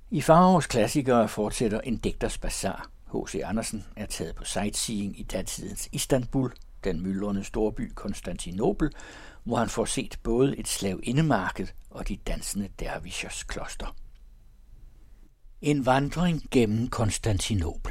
I Faraos klassikere fortsætter en digters bazar. H.C. Andersen er taget på sightseeing i datidens Istanbul, den myldrende storby Konstantinopel, hvor han får set både et slavindemarked og de dansende dervishers kloster. En vandring gennem Konstantinopel.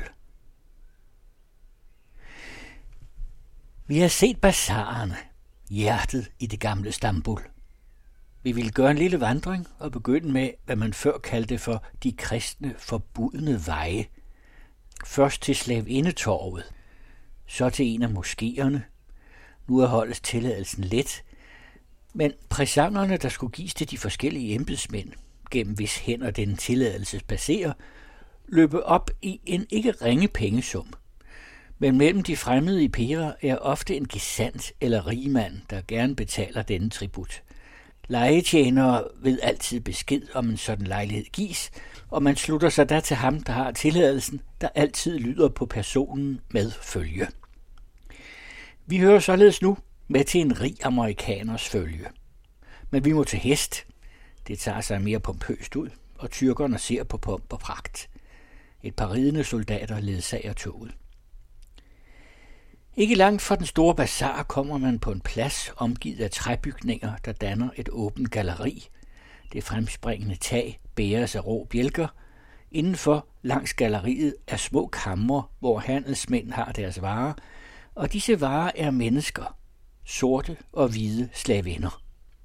Vi har set bazarerne, hjertet i det gamle Stambul. Vi ville gøre en lille vandring og begynde med, hvad man før kaldte for de kristne forbudne veje. Først til slavindetorvet, så til en af moskéerne. Nu er holdets tilladelsen let, men præsangerne, der skulle gives til de forskellige embedsmænd, gennem hvis hænder den tilladelse passerer, løbe op i en ikke ringe pengesum. Men mellem de fremmede i Pera er ofte en gesandt eller rigmand, der gerne betaler denne tribut. Lejetjenere ved altid besked om en sådan lejlighed gives, og man slutter sig da til ham, der har tilladelsen, der altid lyder på personen med følge. Vi hører således nu med til en rig amerikaners følge. Men vi må til hest. Det tager sig mere pompøst ud, og tyrkerne ser på pomp og pragt. Et par ridende soldater ledsager toget. Ikke langt fra den store bazar kommer man på en plads omgivet af træbygninger, der danner et åbent galleri. Det fremspringende tag bæres af rå bjælker. Indenfor langs galleriet er små kamre, hvor handelsmænd har deres varer, og disse varer er mennesker, sorte og hvide slavinder.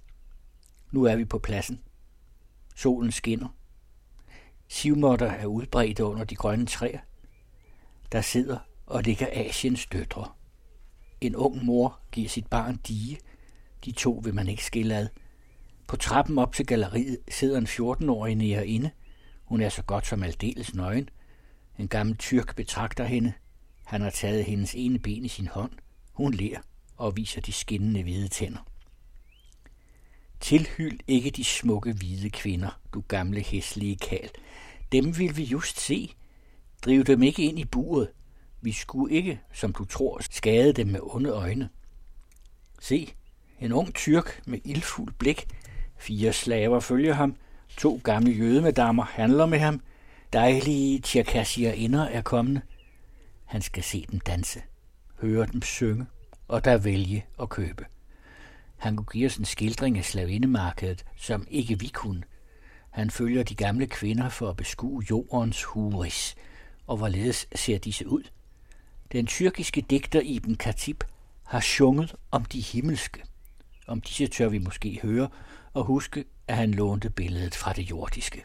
Nu er vi på pladsen. Solen skinner. Sivmåtter er udbredte under de grønne træer. Der sidder og ligger Asiens døtre. En ung mor giver sit barn dige. De to vil man ikke skille ad. På trappen op til galleriet sidder en 14-årig nærinde. Hun er så godt som aldeles nøgen. En gammel tyrk betragter hende. Han har taget hendes ene ben i sin hånd. Hun ler og viser de skinnende hvide tænder. Tilhyld ikke de smukke hvide kvinder, du gamle hæslige kal. Dem vil vi just se. Driv dem ikke ind i buret. Vi skulle ikke, som du tror, skade dem med onde øjne. Se, en ung tyrk med ildfuld blik. 4 slaver følger ham. 2 gamle jødemedammer handler med ham. Dejlige tjerkassierinder er kommende. Han skal se dem danse, høre dem synge, og der vælge og købe. Han kunne give os en skildring af slavindemarkedet, som ikke vi kunne. Han følger de gamle kvinder for at beskue jordens huris, og hvorledes ser disse ud. Den tyrkiske digter Ibn Khatib har sunget om de himmelske. Om disse tør vi måske høre og huske, at han lånte billedet fra det jordiske.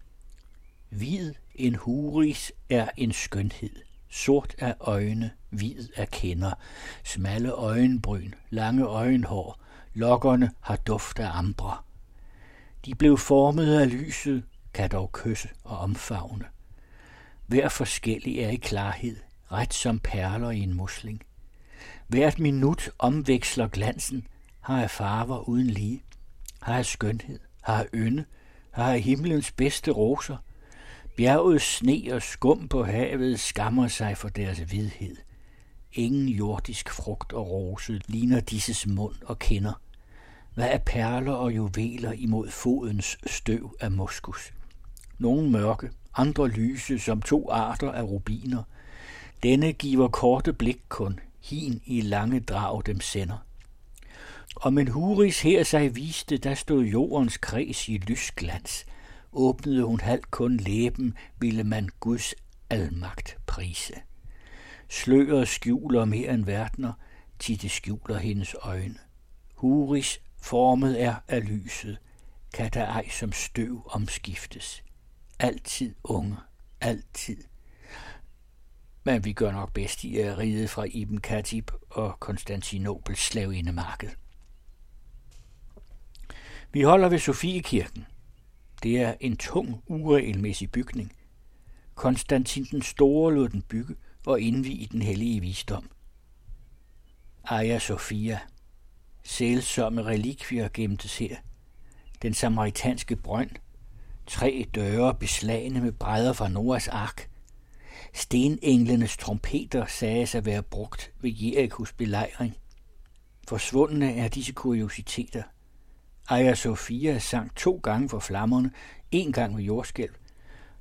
Hvid en huris er en skønhed. Sort af øjne, hvid af kinder, smalle øjenbryn, lange øjenhår, lokkerne har duft af ambre. De blev formet af lyset, kan dog kysse og omfavne. Hver forskellig er i klarhed, ret som perler i en musling. Hvert minut omveksler glansen, har af farver uden lige, har af skønhed, har af ynde, har af himlens bedste roser. Bjergets sne og skum på havet skammer sig for deres hvidhed. Ingen jordisk frugt og rose ligner disses mund og kinder. Hvad er perler og juveler imod fodens støv af moskus? Nogle mørke, andre lyse som 2 arter af rubiner. Denne giver korte blik kun, hin i lange drag dem sender. Om en huris her sig viste, der stod jordens kreds i lysglans. Åbnede hun halvt kun læben, ville man Guds almagt prise. Sløret skjuler mere end verdener, til det skjuler hendes øjne. Huris formet er af lyset, kan der ej som støv omskiftes. Altid unge, altid. Men vi gør nok bedst i at ride fra Ibn Khatib og Konstantinopels slavindemarked. Vi holder ved Sofiekirken. Det er en tung, uregelmæssig bygning. Konstantin den Store lod den bygge og indvie den hellige visdom. Hagia Sophia. Sælsomme relikvier gemtes her. Den samaritanske brønd. 3 døre beslagne med brædder fra Noahs ark. Stenenglenes trompeter sagdes at være brugt ved Jerikos belejring. Forsvundne er disse kuriositeter. Hagia Sophia sank 2 gange for flammerne, 1 gang ved jordskælv.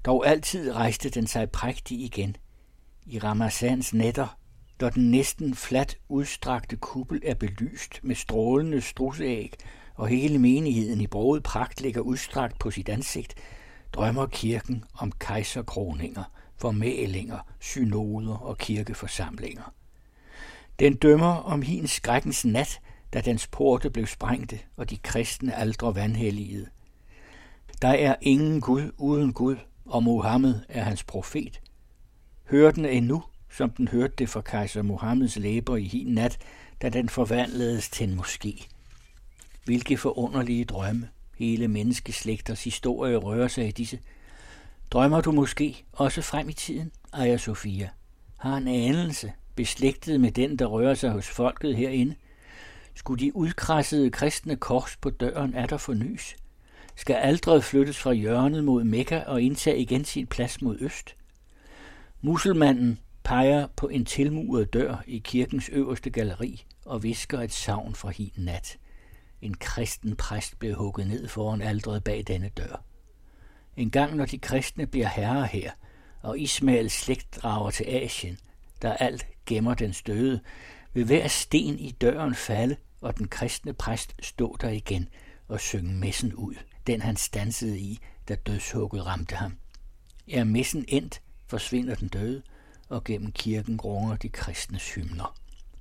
Dog altid rejste den sig prægtig igen. I Ramazans nætter, når den næsten fladt udstrakte kuppel er belyst med strålende strudseæg, og hele menigheden i broget pragt ligger udstrakt på sit ansigt, drømmer kirken om kejserkroninger, formælinger, synoder og kirkeforsamlinger. Den dømmer om hin skrækkens nat, da dens porte blev sprængte, og de kristne aldre vanhelligede. Der er ingen Gud uden Gud, og Mohammed er hans profet. Hør den endnu, som den hørte det fra kejser Mohammeds læber i hin nat, da den forvandledes til en moské. Hvilke forunderlige drømme, hele menneskeslægters historie rører sig i disse. Drømmer du måske også frem i tiden, Aya Sofia? Har en anelse, beslægtet med den, der rører sig hos folket herinde? Skulle de udkrassede kristne kors på døren atter fornys? Skal alteret flyttes fra hjørnet mod Mekka og indtage igen sin plads mod øst? Muselmanden peger på en tilmuret dør i kirkens øverste galleri og visker et sagn fra hin nat. En kristen præst blev hugget ned foran alteret bag denne dør. En gang når de kristne bliver herrer her, og Ismaels slægt drager til Asien, der alt gemmer den støde, vil hver sten i døren falde, og den kristne præst stå der igen og synge messen ud, den han stansede i, da dødshugget ramte ham. Er messen endt, forsvinder den døde, og gennem kirken runger de kristnes hymner.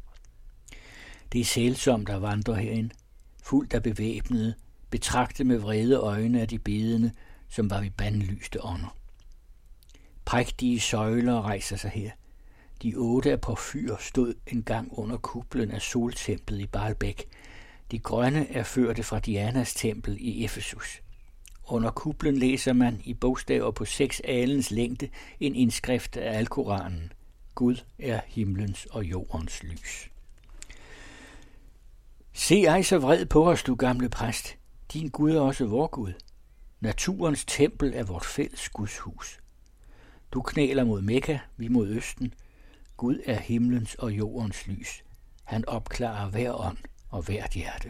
Det er sælsomt at vandre herind, fuldt af bevæbnede, betragtet med vrede øjne af de bedende, som var ved bandlyste ånder. Prægtige søjler rejser sig her. De 8 af porfyr stod engang under kuplen af soltemplet i Baalbek. De grønne er førte fra Dianas tempel i Efesus. Under kuplen læser man i bogstaver på 6 alens længde en indskrift af Alkoranen. Gud er himlens og jordens lys. Se ej så vred på os, du gamle præst. Din Gud er også vor Gud. Naturens tempel er vort fælles Guds hus. Du knæler mod Mekka, vi mod østen. Gud er himlens og jordens lys. Han opklarer hver ånd og hvert hjerte.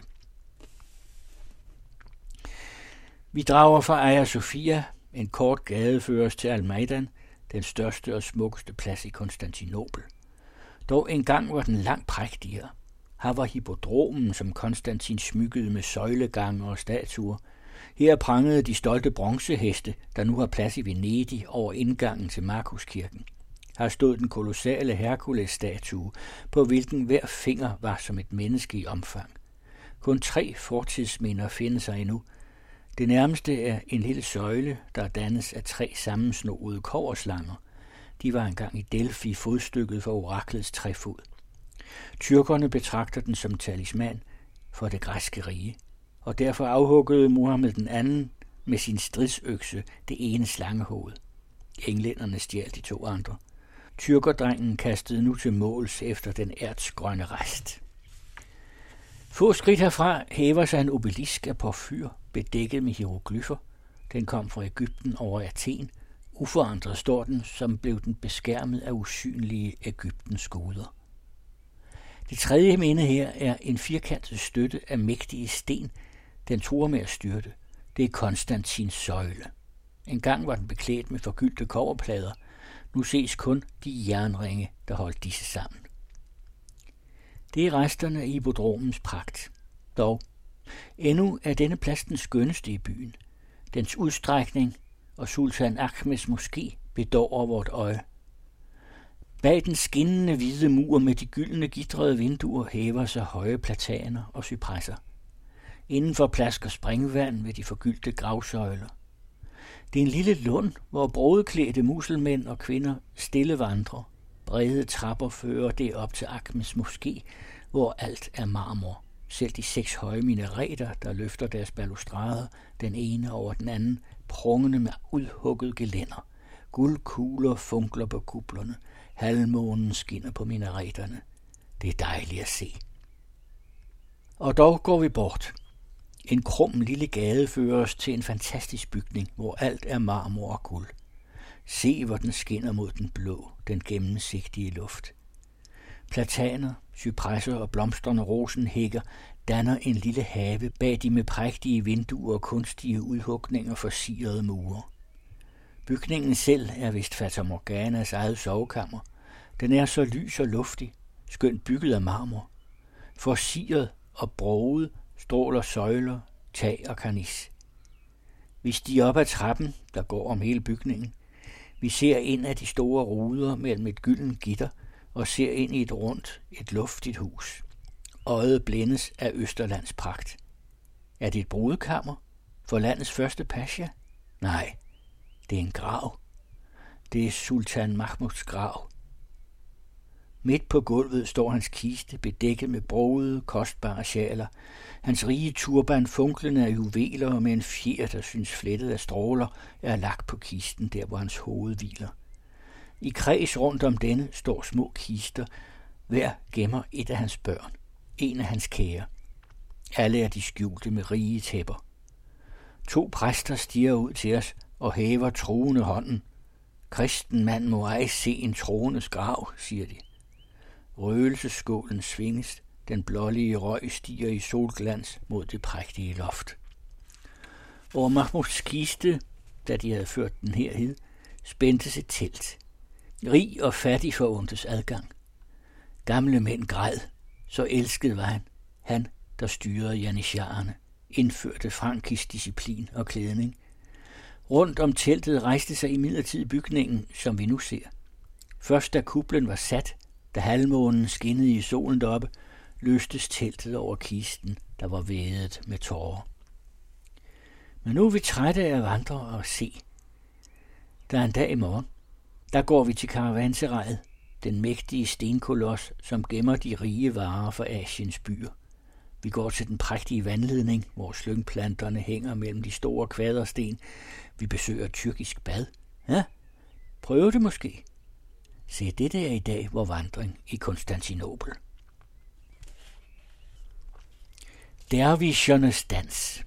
Vi drager fra Aya Sofia, en kort gade føres til Al-Maidan, den største og smukkeste plads i Konstantinopel. Dog engang var den langt prægtigere. Her var hippodromen, som Konstantin smykkede med søjlegange og statuer. Her prangede de stolte bronzeheste, der nu har plads i Venedig over indgangen til Markuskirken. Her stod den kolossale Herkules-statue, på hvilken hver finger var som et menneske i omfang. Kun 3 fortidsminder findes sig endnu. Det nærmeste er en lille søjle, der dannes af 3 sammensnoede kobberslanger. De var engang i Delphi fodstykket for oraklets trefod. Tyrkerne betragter den som talisman for det græske rige, og derfor afhuggede Mohammed den anden med sin stridsøkse det ene slangehoved. Englænderne stjal de 2 andre. Tyrkerdrengen kastede nu til måls efter den ærtsgrønne rest. Få skridt herfra hæver sig en obelisk af porfyr, bedækket med hieroglyffer. Den kom fra Egypten over Athen. Uforandret står den, som blev den beskærmet af usynlige Egyptens goder. Det 3. minde her er en firkantet støtte af mægtige sten. Den truer med at styrte. Det er Konstantins søjle. En gang var den beklædt med forgyldte kobberplader. Nu ses kun de jernringe, der holdt disse sammen. Det er resterne af hippodromens pragt. Dog, endnu er denne plads den skønneste i byen. Dens udstrækning og Sultan Ahmeds moské bedårer vort øje. Bag den skinnende hvide mur med de gyldne gitrede vinduer hæver sig høje plataner og cypresser. Indenfor plasker springvand ved de forgyldte gravsøjler. Det er en lille lund, hvor brodeklædte muselmænd og kvinder stille vandrer. Brede trapper fører det op til Ahmeds moské, hvor alt er marmor. Selv de 6 høje minareter, der løfter deres balustrader, den ene over den anden, prungende med udhugget gelænder. Guldkugler funkler på kuplerne. Halvmånen skinner på minareterne. Det er dejligt at se. Og dog går vi bort. En krum lille gade fører os til en fantastisk bygning, hvor alt er marmor og guld. Se, hvor den skinner mod den blå, den gennemsigtige luft. Plataner, cypresser og blomstrende rosenhækker danner en lille have bag de med prægtige vinduer og kunstige udhugninger forsirede mure. Bygningen selv er vist Fata Morganas eget sovekammer. Den er så lys og luftig, skønt bygget af marmor. Forsiret og broget stråler søjler, tag og karnis. Vi stiger op ad trappen, der går om hele bygningen. Vi ser ind af de store ruder mellem et gyldent gitter og ser ind i et luftigt hus. Øjet blændes af Østerlands pragt. Er det et brudekammer for landets første pasha? Nej, det er en grav. Det er Sultan Mahmuds grav. Midt på gulvet står hans kiste, bedækket med brogede, kostbare sjaler. Hans rige turban, funklende af juveler og med en fjer, der synes flettet af stråler, er lagt på kisten, der hvor hans hoved hviler. I kreds rundt om denne står små kister. Hver gemmer et af hans børn, en af hans kære. Alle er de skjulte med rige tæpper. 2 præster stiger ud til os og hæver truende hånden. Kristen mand må ej se en troendes grav, siger de. Røgelsesskålen svinges, den blålige røg stiger i solglans mod det prægtige loft. Over Mahmuds kiste, da de havde ført den herhed, spændtes et telt. Rig og fattig forundtes adgang. Gamle mænd græd, så elsket var han, der styrede janisharerne, indførte frankisk disciplin og klædning. Rundt om teltet rejste sig imidlertid bygningen, som vi nu ser. Først da kuplen var sat, da halvmånen skinnede i solen deroppe, løstes teltet over kisten, der var vædet med tårer. Men nu er vi trætte af at vandre og se. Der er en dag i morgen. Der går vi til karavanserajet, den mægtige stenkoloss, som gemmer de rige varer for Asiens byer. Vi går til den prægtige vandledning, hvor slyngplanterne hænger mellem de store kvadersten. Vi besøger et tyrkisk bad. Ja, prøv det måske. Se, dette er i dag vor vandring i Konstantinopel. Dervischernes dans.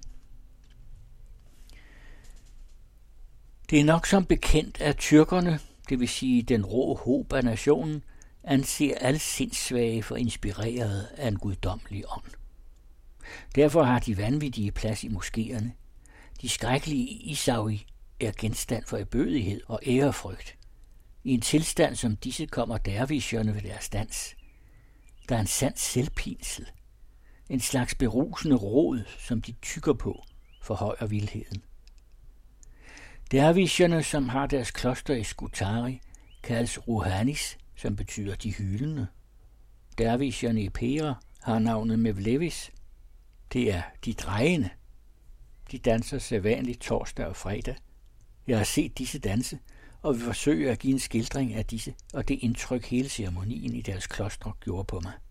Det er nok som bekendt, at tyrkerne, det vil sige den rå hob af nationen, anser alle sindssvage for inspireret af en guddommelig ånd. Derfor har de vanvittige plads i moskéerne. De skrækkelige Isawi er genstand for ærbødighed og ærefrygt. I en tilstand som disse kommer dervisherne ved deres dans. Der er en sand selvpinsel. En slags berusende råd, som de tykker på, forhøjer vildheden. Dervisherne, som har deres kloster i Skutari, kaldes Ruhanis, som betyder de hylende. Dervisherne i Pera har navnet Mevlevis. Det er de drejende. De danser sædvanligt torsdag og fredag. Jeg har set disse danse, og vil forsøge at give en skildring af disse, og det indtryk hele ceremonien i deres klostre gjorde på mig.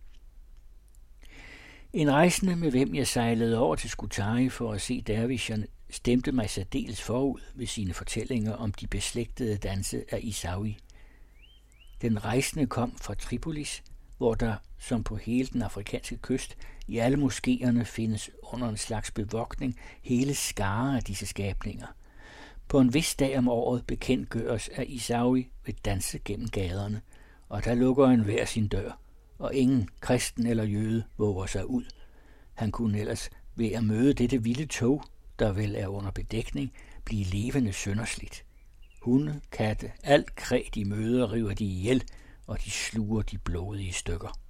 En rejsende, med hvem jeg sejlede over til Skutari for at se dervisherne, stemte mig særdeles forud ved sine fortællinger om de beslægtede danse af Isawi. Den rejsende kom fra Tripolis, hvor der, som på hele den afrikanske kyst, i alle moskéerne findes under en slags bevogtning hele skare af disse skabninger. På en vis dag om året bekendtgøres af Isawi ved danse gennem gaderne, og der lukker en hver sin dør, og ingen kristen eller jøde våger sig ud. Han kunne ellers ved at møde dette vilde tog, der vel er under bedækning, blive levende sønderslidt. Hunde, katte, alt kræ de møder, river de ihjel, og de sluger de blodige stykker.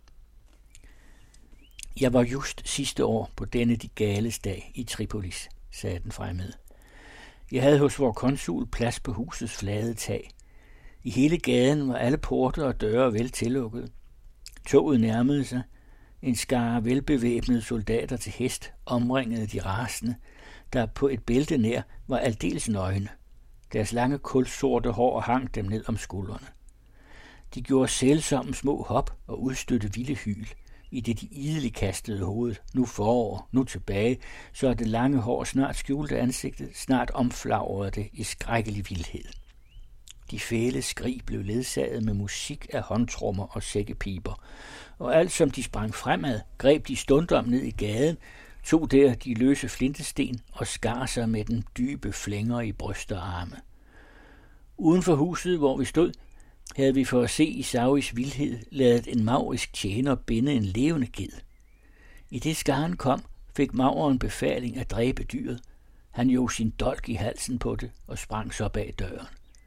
Jeg var just sidste år på denne de gales dag i Tripolis, sagde den fremmede. Jeg havde hos vor konsul plads på husets flade tag. I hele gaden var alle porte og døre vel tillukkede. Toget nærmede sig. En skare velbevæbnede soldater til hest omringede de rasende, der på et bælte nær var aldeles nøgne. Deres lange kulsorte hår hang dem ned om skuldrene. De gjorde sælsomme små hop og udstødte vilde hyl, i det de idelig kastede hovedet, nu forover, nu tilbage, så det lange hår snart skjulte ansigtet, snart omflagrede det i skrækkelig vildhed. De fæle skrig blev ledsaget med musik af håndtrummer og sækkepiber, og alt som de sprang fremad, greb de stundom ned i gaden, tog der de løse flintesten og skar sig med den dybe flænger i bryst og arme. Uden for huset, hvor vi stod, havde vi for at se Isawis vildhed ladet en maurisk tjener binde en levende ged. I det skaren kom, fik mauren befaling at dræbe dyret. Han jog sin dolk i halsen på det og sprang så bag døren.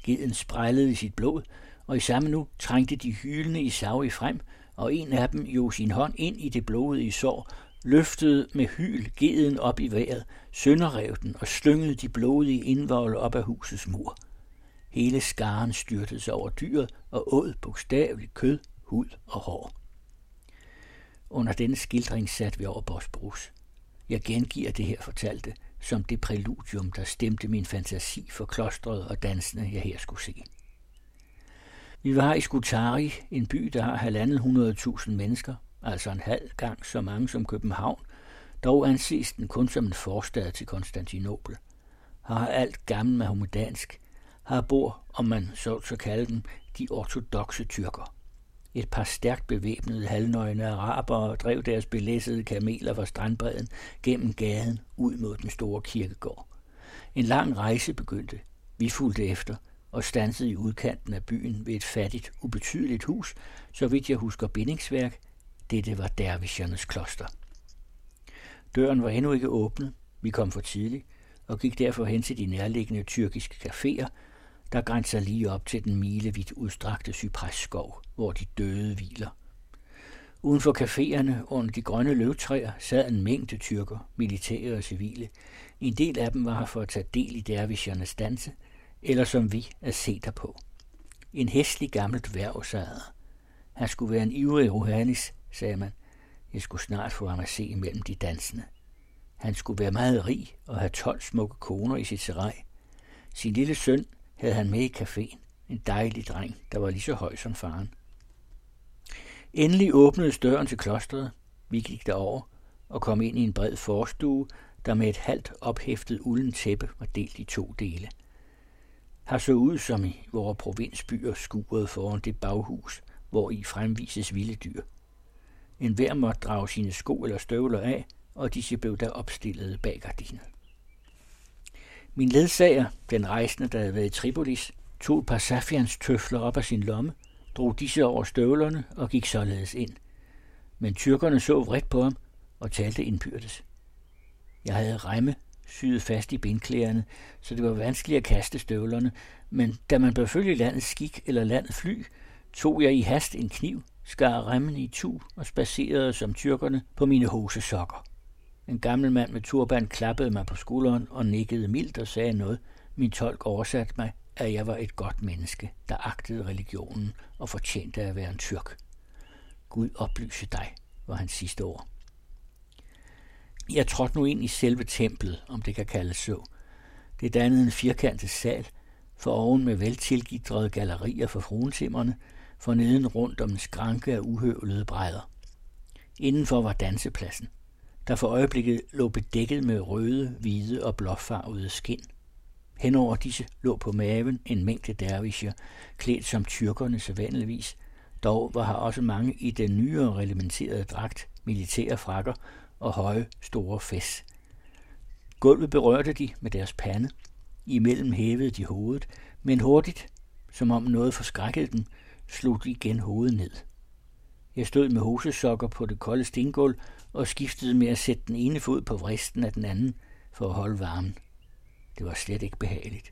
Geden sprællede i sit blod, og i samme nu trængte de hylende i Sauri frem, og en af dem jog sin hånd ind i det blodige sår, løftede med hyl geden op i vejret, sønderrev den og slyngede de blodige indvolde op af husets mur. Hele skaren styrtede sig over dyret og åd bogstaveligt kød, hud og hår. Under denne skildring satte vi over Bosporus. Jeg gengiver det her fortalte som det præludium, der stemte min fantasi for klostret og dansene, jeg her skulle se. Vi var i Skutari, en by, der har 1.500.000 mennesker, altså en halv gang så mange som København, dog anses den kun som en forstad til Konstantinopel. Har alt gammel mahomedansk, har bor, om man så kalde dem, de ortodokse tyrker. Et par stærkt bevæbnede halvnøgne arabere drev deres belæssede kameler fra strandbredden gennem gaden ud mod den store kirkegård. En lang rejse begyndte. Vi fulgte efter og standsede i udkanten af byen ved et fattigt, ubetydeligt hus, så vidt jeg husker bindingsværk. Dette var dervischernes kloster. Døren var endnu ikke åbnet. Vi kom for tidligt og gik derfor hen til de nærliggende tyrkiske caféer, der grænser lige op til den milevidt udstrakte cypresskov, hvor de døde hviler. Uden for caféerne under de grønne løvtræer sad en mængde tyrker, militære og civile. En del af dem var her for at tage del i dervischernes danse, eller som vi at se derpå. En hæslig gammelt dværg sad her. Han skulle være en ivrig rohanis, sagde man. Jeg skulle snart få ham at se imellem de dansende. Han skulle være meget rig og have 12 smukke koner i sit serej. Sin lille søn havde han med i caféen, en dejlig dreng, der var lige så høj som faren. Endelig åbnedes døren til klostret. Vi gik derover og kom ind i en bred forstue, der med et halvt ophæftet ulden tæppe var delt i 2 dele. Her så ud som i vores provinsbyer skuret foran det baghus, hvor i fremvises vilde dyr. En hver måtte drage sine sko eller støvler af, og disse blev der opstillet bag gardinet. Min ledsager, den rejsende, der havde været i Tripolis, tog et par safians tøfler op af sin lomme, drog disse over støvlerne og gik således ind. Men tyrkerne så vredt på ham og talte indbyrdes. Jeg havde remme syet fast i bindklæderne, så det var vanskeligt at kaste støvlerne, men da man bør følge landets skik eller landets fly, tog jeg i hast en kniv, skar remmen i tu og spacerede som tyrkerne på mine hosesokker. En gammel mand med turban klappede mig på skulderen og nikkede mildt og sagde noget. Min tolk oversatte mig, at jeg var et godt menneske, der agtede religionen og fortjente at være en tyrk. Gud oplyse dig, var hans sidste ord. Jeg trådte nu ind i selve templet, om det kan kaldes så. Det dannede en firkantet sal, for oven med veltilgitrede gallerier for fruentimmerne, for neden rundt om en skranke af uhøvlede brædder. Indenfor var dansepladsen, der for øjeblikket lå bedækket med røde, hvide og blåfarvede skind. Henover disse lå på maven en mængde dervischer, klædt som tyrkerne sædvanligvis. Dog var her også mange i den nyere reglementerede dragt, militære frakker og høje, store fæs. Gulvet berørte de med deres pande. Imellem hævede de hovedet, men hurtigt, som om noget forskrækkede dem, slog de igen hovedet ned. Jeg stod med hosesokker på det kolde stengulv og skiftede med at sætte den ene fod på vristen af den anden for at holde varmen. Det var slet ikke behageligt.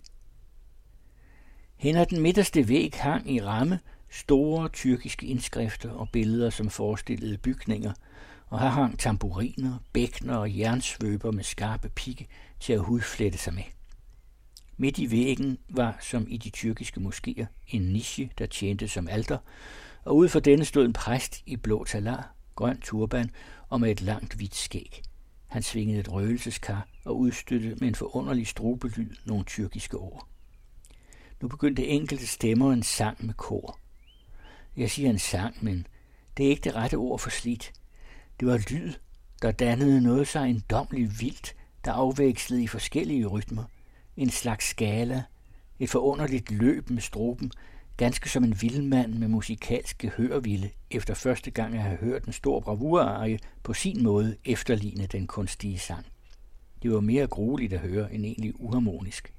Hen ad den midterste væg hang i ramme store tyrkiske indskrifter og billeder, som forestillede bygninger, og her hang tamburiner, bækkener og jernsvøber med skarpe pigge til at hudflette sig med. Midt i væggen var, som i de tyrkiske moskéer, en niche, der tjente som alter, og ud for denne stod en præst i blå talar, grøn turban og med et langt hvidt skæg. Han svingede et røgelseskar og udstødte med en forunderlig strubelyd nogle tyrkiske ord. Nu begyndte enkelte stemmer en sang med kor. Jeg siger en sang, men det er ikke det rette ord for slidt. Det var lyd, der dannede noget så ejendommeligt vildt, der afvekslede i forskellige rytmer. En slags skala, et forunderligt løb med struben, ganske som en vildmand med musikalske hørvilde, efter første gang at have hørt en stor bravurarie på sin måde efterligne den kunstige sang. Det var mere grueligt at høre end egentlig uharmonisk.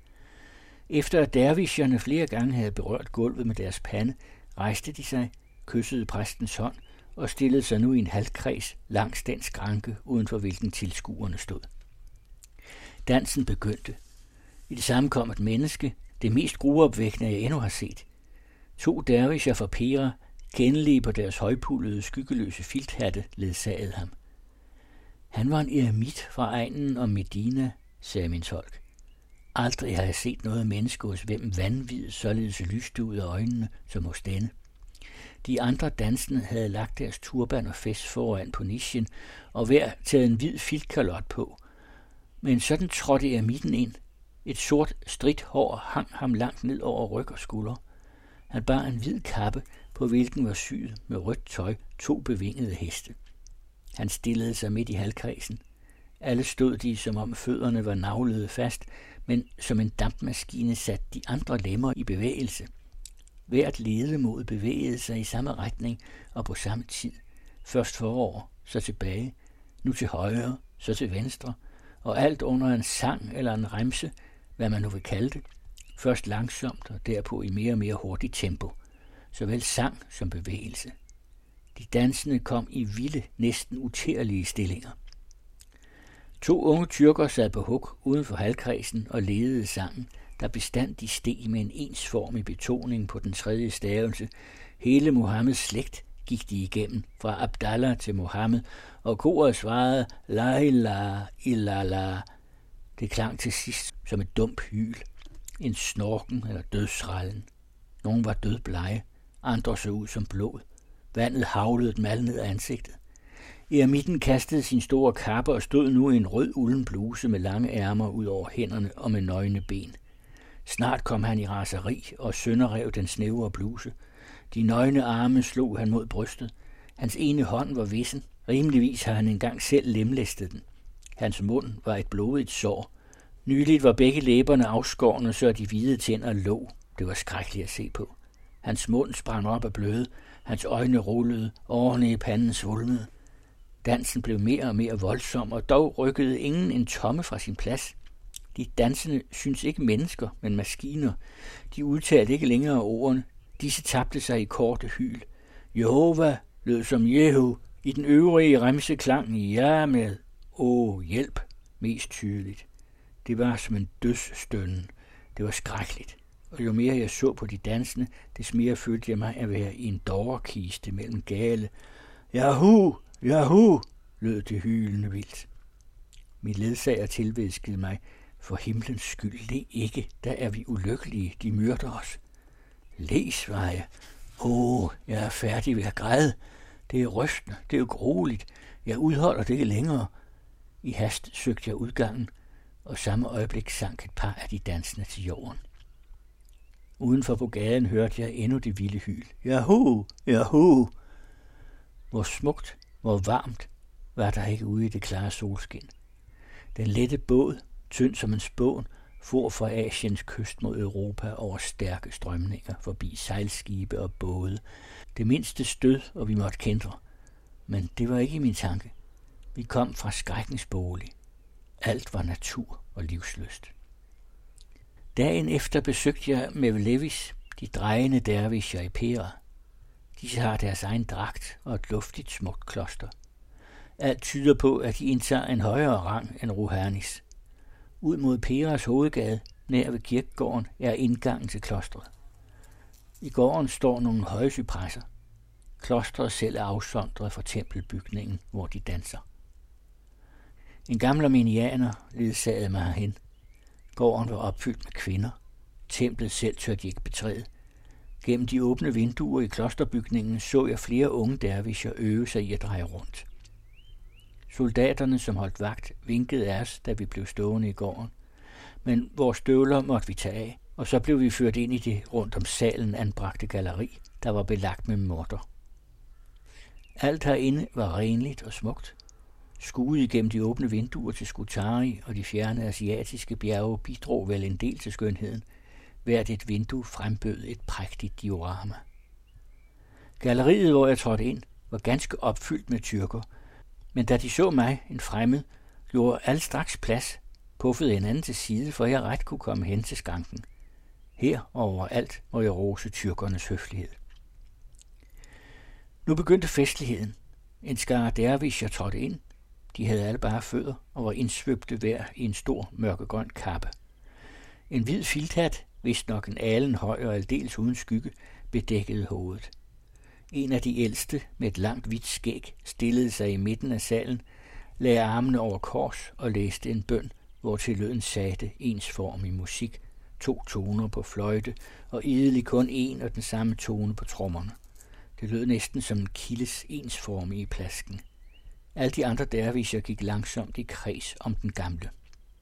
Efter at dervisherne flere gange havde berørt gulvet med deres pande, rejste de sig, kyssede præstens hånd og stillede sig nu i en halvkreds langs den skranke, uden for hvilken tilskuerne stod. Dansen begyndte. I det samme kom et menneske, Det mest gruopvækkende, jeg endnu har set. 2 dervischer fra Pera, kendelige på deres højpullede, skyggeløse filthatte, ledsagede ham. Han var en eremit fra egnen om Medina, sagde min tolk. Aldrig har jeg set noget menneske hos hvem vanvid således lyste ud af øjnene som hos denne. De andre dansende havde lagt deres turban og fes foran på nichen, og hver taget en hvid filtkalot på. Men sådan trådte eremitten ind. Et sort stridt hår hang ham langt ned over ryg og skulder. Han bar en hvid kappe, på hvilken var syet med rødt tøj 2 bevingede heste. Han stillede sig midt i halvkredsen. Alle stod de, som om fødderne var navlede fast, men som en dampmaskine satte de andre lemmer i bevægelse. Hvert ledemod bevægede sig i samme retning og på samme tid. Først forover, så tilbage, nu til højre, så til venstre, og alt under en sang eller en remse, hvad man nu vil kalde det, først langsomt og derpå i mere og mere hurtigt tempo, såvel sang som bevægelse. De dansende kom i vilde, næsten utærlige stillinger. 2 unge tyrker sad på hug uden for halvkredsen og ledede sangen, der bestandig steg med en ensformig betoning på den 3. stavelse. Hele Muhammeds slægt gik de igennem, fra Abdallah til Muhammed, og koret svarede, la ilaha illallah. Det klang til sidst som et dumt hyl, en snorken eller dødsrallen. Nogle var dødblege, andre så ud som blod. Vandet havlede dem alle ned af ansigtet. Eremitten kastede sin store kappe og stod nu i en rød ulden bluse med lange ærmer ud over hænderne og med nøgne ben. Snart kom han i raseri og sønderrev den snævre bluse. De nøgne arme slog han mod brystet. Hans ene hånd var vissen. Rimeligvis har han engang selv lemlæstet den. Hans mund var et blodigt sår. Nyligt var begge læberne afskårne, så de hvide tænder lå. Det var skrækkeligt at se på. Hans mund sprang op af bløde. Hans øjne rullede, årene i panden svulmede. Dansen blev mere og mere voldsom, og dog rykkede ingen en tomme fra sin plads. De dansende syntes ikke mennesker, men maskiner. De udtalte ikke længere ordene. Disse tabte sig i korte hyl. Jehova lød som Jehu. I den øvrige remse klang ja med hjælp mest tydeligt. Det var som en dødsstønnen. Det var skrækkeligt. Og jo mere jeg så på de dansende, des mere følte jeg mig at være i en dårekiste mellem gale. Jahu! Jahu! Lød det hylende vildt. Min ledsager tilvæskede mig. For himlens skyld, le ikke, der er vi ulykkelige, de myrder os. Læs, var jeg. Jeg er færdig ved at græde. Det er rystende, det er jo grueligt. Jeg udholder det ikke længere. I hast søgte jeg udgangen, og samme øjeblik sank et par af de dansende til jorden. Udenfor på gaden hørte jeg endnu det vilde hyl. Jahu! Jahu! Hvor smukt, hvor varmt var der ikke ude i det klare solskin. Den lette båd, tynd som en spån, for fra Asiens kyst mod Europa over stærke strømninger, forbi sejlskibe og både. Det mindste stød, og vi måtte kendre. Men det var ikke i min tanke. Vi kom fra skrækkens bolig. Alt var natur og livslyst. Dagen efter besøgte jeg Mevlevis, de drejende dervischer i Pera. Disse har deres egen dragt og et luftigt smukt kloster. Alt tyder på, at de indtager en højere rang end Rouhanis. Ud mod Peras hovedgade, nær ved kirkegården, er indgangen til klostret. I gården står nogle høje cypresser. Klostret selv er afsondret fra tempelbygningen, hvor de danser. En gammel armenianer ledsagede mig herhen. Gården var opfyldt med kvinder. Templet selv tør de ikke betræde. Gennem de åbne vinduer i klosterbygningen så jeg flere unge dervischer øve sig i at dreje rundt. Soldaterne, som holdt vagt, vinkede af os, da vi blev stående i gården. Men vores støvler måtte vi tage af, og så blev vi ført ind i det rundt om salen anbragte galleri, der var belagt med murter. Alt herinde var renligt og smukt. Skuet igennem de åbne vinduer til Skutari og de fjerne asiatiske bjerge bidrog vel en del til skønheden. Hvert et vindue frembød et prægtigt diorama. Galleriet, hvor jeg trådte ind, var ganske opfyldt med tyrker, men da de så mig, en fremmed, gjorde alle straks plads, puffede en anden til side, for jeg ret kunne komme hen til skranken. Her overalt må jeg rose tyrkernes høflighed. Nu begyndte festligheden. En skare dervischer trådte ind. De havde alle bare fødder og var indsvøbte hver i en stor mørkegrøn kappe. En hvid filthat, vist nok en alen høj og aldeles uden skygge, bedækkede hovedet. En af de ældste med et langt hvidt skæg stillede sig i midten af salen, lagde armene over kors og læste en bøn, hvortil lød en satte, ensformig musik, 2 toner på fløjte og idelig kun en og den samme tone på trommerne. Det lød næsten som en kildes ensformige plasken. Alle de andre derviser gik langsomt i kreds om den gamle.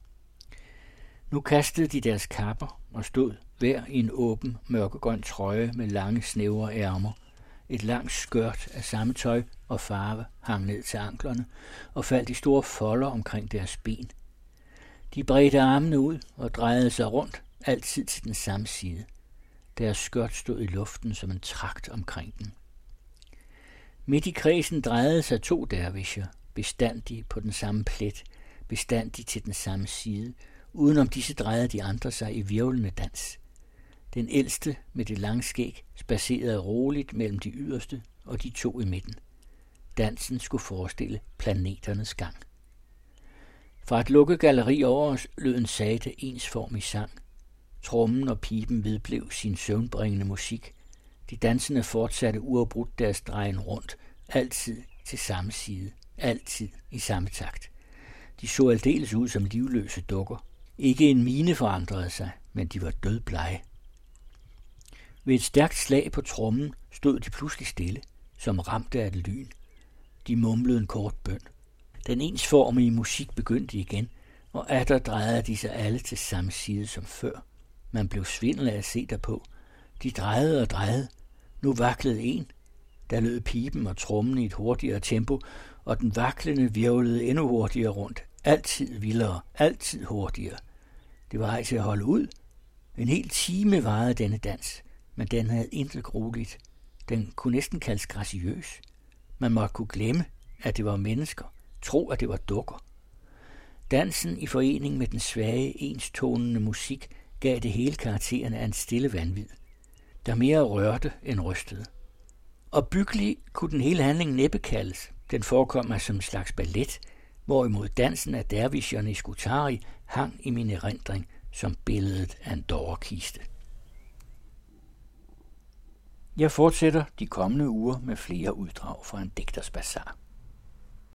Nu kastede de deres kapper og stod hver i en åben, mørkegrøn trøje med lange, snævre ærmer. Et langt skørt af samme tøj og farve hang ned til anklerne og faldt i store folder omkring deres ben. De bredte armene ud og drejede sig rundt, altid til den samme side. Deres skørt stod i luften som en tragt omkring dem. Midt i kredsen drejede sig 2 dervischer, bestandige på den samme plet, bestandige til den samme side. Udenom disse drejede de andre sig i hvirvlende dans. Den ældste med det lange skæg spadserede roligt mellem de yderste og de 2 i midten. Dansen skulle forestille planeternes gang. Fra et lukket galleri over os lød en satte ensformig sang. Trommen og piben vedblev sin søvnbringende musik. De dansende fortsatte uafbrudt deres drejen rundt, altid til samme side, altid i samme takt. De så aldeles ud som livløse dukker. Ikke en mine forandrede sig, men de var dødblege. Ved et stærkt slag på trommen stod de pludselig stille, som ramte af et lyn. De mumlede en kort bøn. Den ensformige musik begyndte igen, og atter drejede de sig alle til samme side som før. Man blev svindel af at se derpå. De drejede og drejede. Nu vaklede en. Der lød piben og trommen i et hurtigere tempo, og den vaklende virvlede endnu hurtigere rundt. Altid vildere, altid hurtigere. Det var ej til at holde ud. En hel time varede denne dans, men den havde intet grueligt. Den kunne næsten kaldes graciøs. Man måtte kunne glemme, at det var mennesker, tro, at det var dukker. Dansen i forening med den svage, enstonende musik gav det hele karakteren af en stille vanvid, der mere rørte end rystede. Og byggelig kunne den hele handling næppe kaldes. Den forekom mig som en slags ballet, hvorimod dansen af dervisherne i Skutari hang i min erindring som billedet af en dårekiste. Jeg fortsætter de kommende uger med flere uddrag fra en digters bazar.